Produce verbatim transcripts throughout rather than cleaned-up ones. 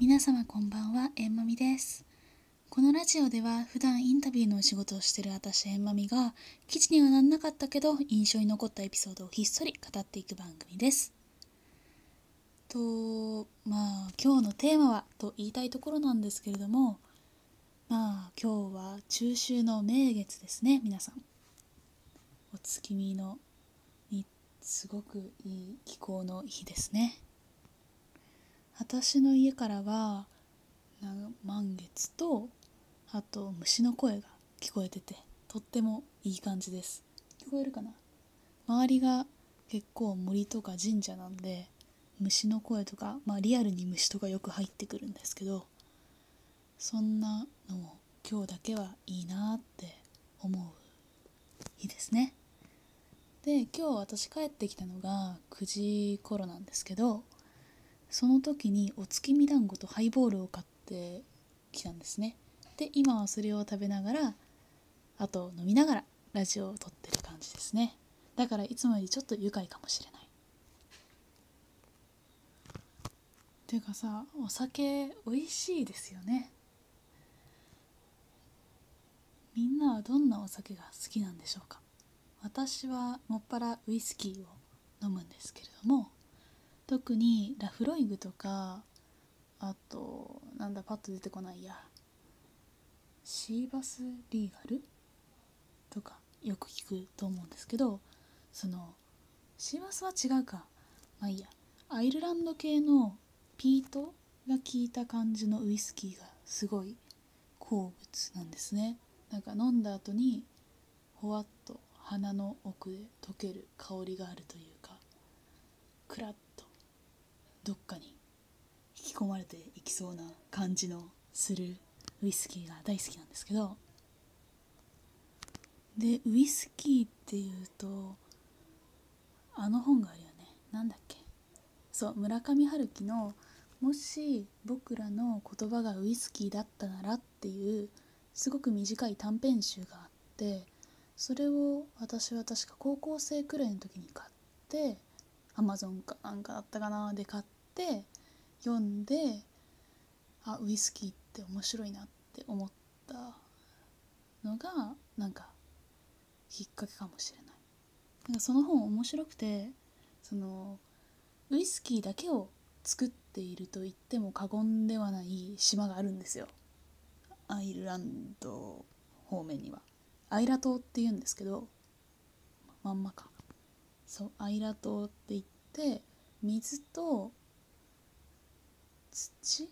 皆様こんばんは、えんまみです。このラジオでは普段インタビューのお仕事をしている私えんまみが記事にはならなかったけど印象に残ったエピソードをひっそり語っていく番組です。とまあ今日のテーマはと言いたいところなんですけれども、まあ今日は中秋の名月ですね。皆さんお月見のにすごくいい気候の日ですね。私の家からは満月とあと虫の声が聞こえててとってもいい感じです。聞こえるかな。周りが結構森とか神社なんで虫の声とか、まあリアルに虫とかよく入ってくるんですけど、そんなのも今日だけはいいなって思う日ですね。で今日私帰ってきたのがくじ頃なんですけど、その時にお月見団子とハイボールを買ってきたんですね。で今はそれを食べながら、あと飲みながらラジオを撮ってる感じですね。だからいつもよりちょっと愉快かもしれない。ていうかさ、お酒美味しいですよね。みんなはどんなお酒が好きなんでしょうか。私はもっぱらウイスキーを飲むんですけれども、特にラフロイグとか、あとなんだパッと出てこないや、シーバスリーガルとかよく聞くと思うんですけど、そのシーバスは違うか、まあいいや、アイルランド系のピートが効いた感じのウイスキーがすごい好物なんですね。なんか飲んだ後にほわっと鼻の奥で溶ける香りがあるというか、クラッとどっかに引き込まれていきそうな感じのするウイスキーが大好きなんですけど、でウイスキーっていうとあの本があるよね。なんだっけ。そう村上春樹のもし僕らの言葉がウイスキーだったならっていうすごく短い短編集があって、それを私は確か高校生くらいの時に買って、アマゾンかなんかだったかなで買って読んで、あウイスキーって面白いなって思ったのがなんかきっかけかもしれない。なんかその本面白くて、そのウイスキーだけを作っていると言っても過言ではない島があるんですよ。アイルランド方面にはアイラ島って言うんですけど、まんまか。そうアイラ島って言って、水と土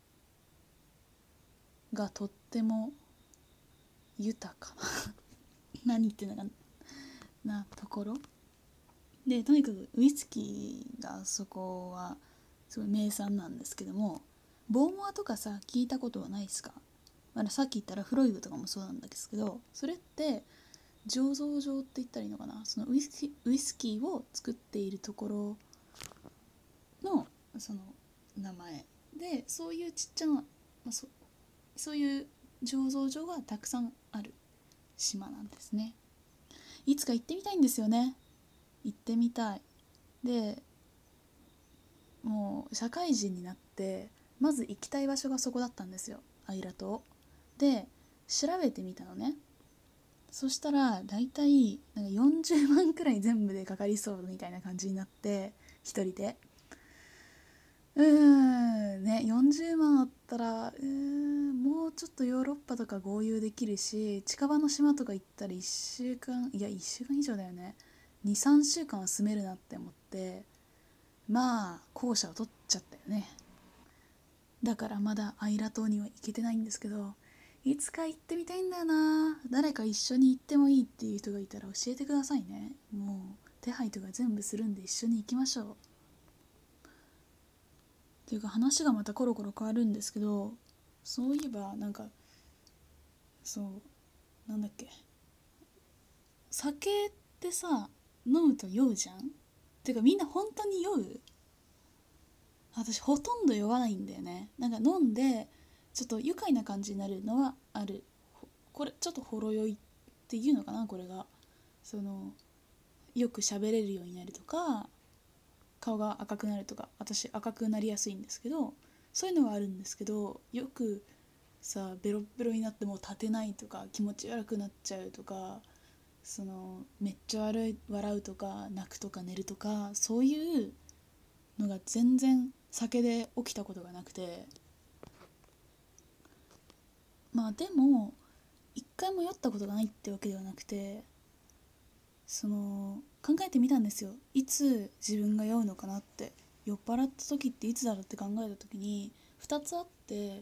がとっても豊かな何言ってんのかなところで、とにかくウイスキーがそこはすごい名産なんですけども、ボーモアとかさ聞いたことはないですか。まださっき言ったラフロイグとかもそうなんですけど、それって醸造場って言ったらいいのかな、そのウイスキーウイスキーを作っているところのその名前で、そういうちっちゃな、まあ、そそういう醸造所がたくさんある島なんですね。いつか行ってみたいんですよね。行ってみたい。でもう社会人になってまず行きたい場所がそこだったんですよ、アイラ島で。調べてみたのね。そしたらだいたいなんかよんじゅうまんくらい全部でかかりそうみたいな感じになって、一人でうーんねよんじゅうまんあったら、うーんもうちょっとヨーロッパとか合流できるし、近場の島とか行ったらいっしゅうかん、いやいっしゅうかん以上だよね、にさんしゅうかんは住めるなって思って、まあ後者を取っちゃったよね。だからまだアイラ島には行けてないんですけど、いつか行ってみたいんだよな。誰か一緒に行ってもいいっていう人がいたら教えてくださいね。もう手配とか全部するんで一緒に行きましょう。っていうか話がまたコロコロ変わるんですけど、そういえばなんか、そうなんだっけ、酒ってさ飲むと酔うじゃん。てかみんな本当に酔う。私ほとんど酔わないんだよね。なんか飲んでちょっと愉快な感じになるのはある。これちょっとほろ酔いっていうのかな、これが。そのよく喋れるようになるとか顔が赤くなるとか、私赤くなりやすいんですけど、 そういうのはあるんですけど、よくさベロッベロになってもう立てないとか気持ち悪くなっちゃうとか、そのめっちゃ笑い笑うとか泣くとか寝るとか、そういうのが全然酒で起きたことがなくて、まあでも一回も酔ったことがないってわけではなくて、その考えてみたんですよ。いつ自分が酔うのかなって。酔っ払った時っていつだろうって考えた時にふたつあって、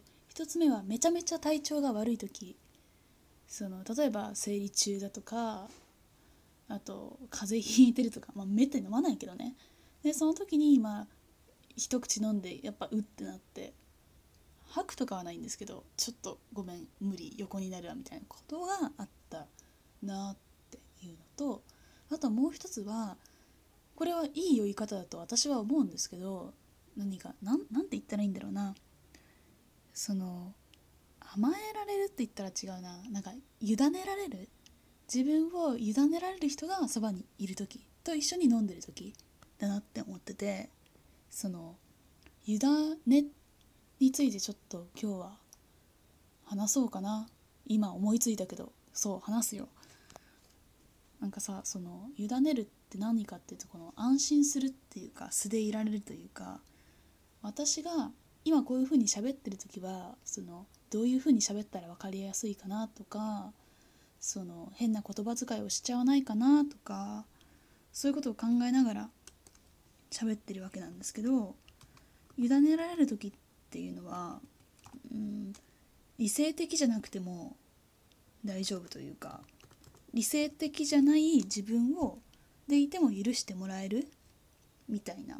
ひとつめはめちゃめちゃ体調が悪い時、その例えば生理中だとか、あと風邪ひいてるとか、まあめったに飲まないけどね。でその時にまあ一口飲んでやっぱうってなって吐くとかはないんですけど、ちょっとごめん無理横になるわみたいなことがあったなっていうのと、あともう一つは、これはいい酔い方だと私は思うんですけど、何かなんなんて言ったらいいんだろうな、その甘えられるって言ったら違うな、なんか委ねられる、自分を委ねられる人がそばにいる時と一緒に飲んでる時だなって思ってて、その委ねについてちょっと今日は話そうかな。今思いついたけど、そう話すよ。なんかさ、その委ねるって何かっていうと、この安心するっていうか素でいられるというか、私が今こういう風に喋ってる時はそのどういう風に喋ったら分かりやすいかなとか、その変な言葉遣いをしちゃわないかなとか、そういうことを考えながら喋ってるわけなんですけど、委ねられる時っていうのは、うん、理性的じゃなくても大丈夫というか、理性的じゃない自分をでいても許してもらえるみたいな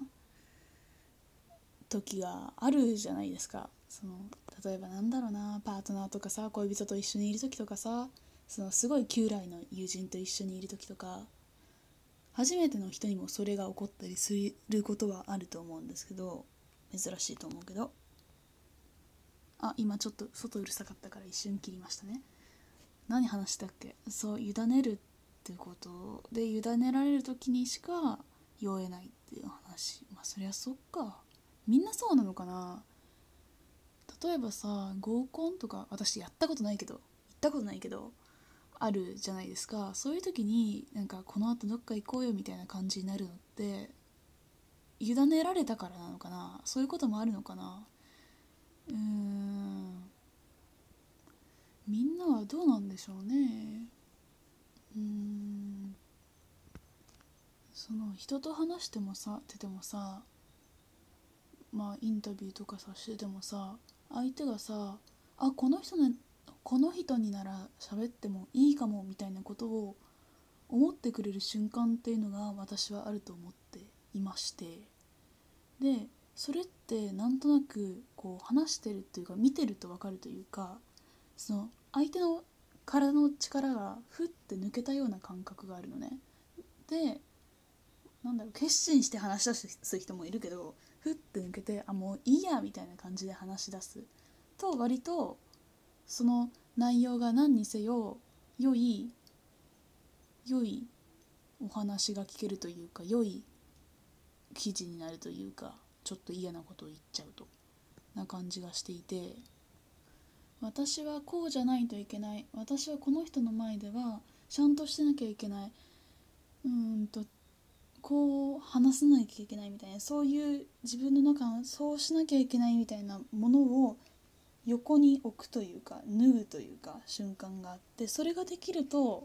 時があるじゃないですか。その例えばなんだろうな、パートナーとかさ、恋人と一緒にいる時とかさ、そのすごい旧来の友人と一緒にいる時とか、初めての人にもそれが起こったりすることはあると思うんですけど、珍しいと思うけど、あ、今ちょっと外うるさかったから一瞬切りましたね。何話したっけ。そう、委ねるってことで、委ねられる時にしか酔えないっていう話。まあそりゃそっか、みんなそうなのかな。例えばさ、合コンとか私やったことないけど行ったことないけどあるじゃないですか。そういう時になんかこの後どっか行こうよみたいな感じになるのって委ねられたからなのかな。そういうこともあるのかな。うーん、みんなはどうなんでしょうね。うーん、その人と話してもさててもさ、まあインタビューとかさしててもさ、相手がさ、あ、この人ね、この人になら喋ってもいいかもみたいなことを思ってくれる瞬間っていうのが私はあると思っていまして、でそれってなんとなくこう話してるっていうか見てると分かるというか、その相手の体の力がふって抜けたような感覚があるのね。で、なんだろう、決心して話し出す人もいるけど、ふって抜けて、あ、もういいやみたいな感じで話し出すと、割とその内容が何にせよ良い良いお話が聞けるというか、良い記事になるというか、ちょっと嫌なことを言っちゃうとな感じがしていて、私はこうじゃないといけない、私はこの人の前ではちゃんとしてなきゃいけない、うーんとこう話さなきゃいけないみたいな、そういう自分の中のそうしなきゃいけないみたいなものを横に置くというか脱ぐというか瞬間があって、それができると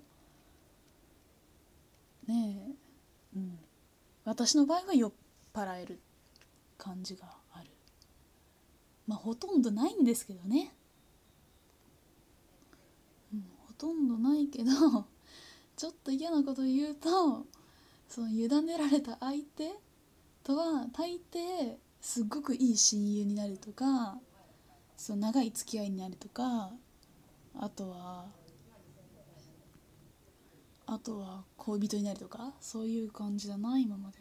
ねえ、うん、私の場合は酔っ払える感じがある。まあほとんどないんですけどね、うん、ほとんどないけどちょっと嫌なこと言うと、その委ねられた相手とは大抵すっごくいい親友になるとか、その長い付き合いになるとか、あとはあとは恋人になるとか、そういう感じだな今まで。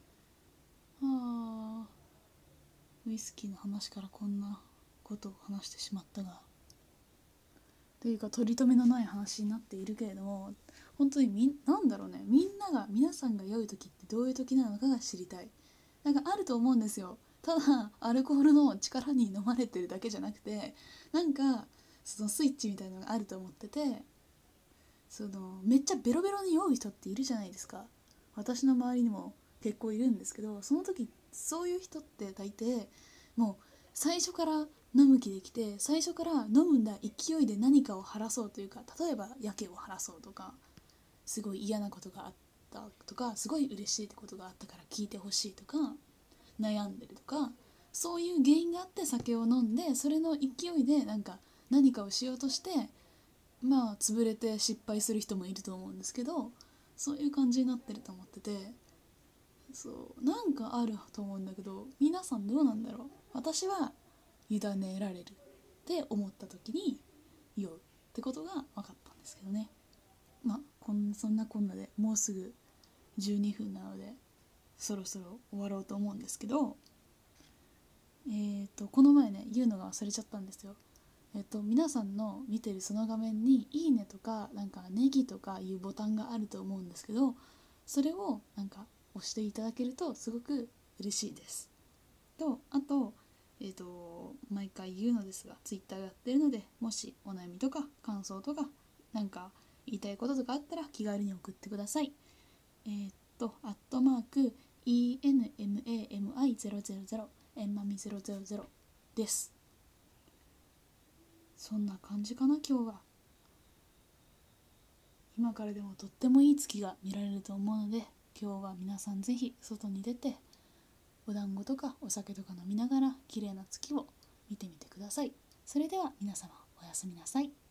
あー、ウイスキーの話からこんなことを話してしまったが、というか取り留めのない話になっているけれども、本当にみなんだろうね、みんなが皆さんが酔う時ってどういう時なのかが知りたい。なんかあると思うんですよ。 ただアルコールの力に飲まれてるだけじゃなくて、なんかそのスイッチみたいなのがあると思ってて、そのめっちゃベロベロに酔う人っているじゃないですか。私の周りにも結構いるんですけど、その時そういう人って大抵もう最初から飲む気できて、最初から飲むんだ勢いで何かを晴らそうというか、例えばやけを晴らそうとか、すごい嫌なことがあったとか、すごい嬉しいってことがあったから聞いてほしいとか、悩んでるとか、そういう原因があって酒を飲んで、それの勢いでなんか何かをしようとして、まあ潰れて失敗する人もいると思うんですけど、そういう感じになってると思ってて、そうなんかあると思うんだけど、皆さんどうなんだろう。私は委ねられるって思った時に酔うってことが分かったんですけどね。まあこんそんなこんなでもうすぐじゅうにふんなのでそろそろ終わろうと思うんですけど、えーとこの前ね言うのが忘れちゃったんですよ。えっと皆さんの見てるその画面にいいねとかなんかネギとかいうボタンがあると思うんですけど、それをなんか押していただけるとすごく嬉しいです。とあとえっと毎回言うのですが、ツイッターやってるので、もしお悩みとか感想とかなんか言いたいこととかあったら気軽に送ってください。えーっと、アットマーク エンマミゼロゼロゼロ エンマミゼロゼロゼロです。そんな感じかな今日は。今からでもとってもいい月が見られると思うので、今日は皆さんぜひ外に出てお団子とかお酒とか飲みながら綺麗な月を見てみてください。それでは皆様おやすみなさい。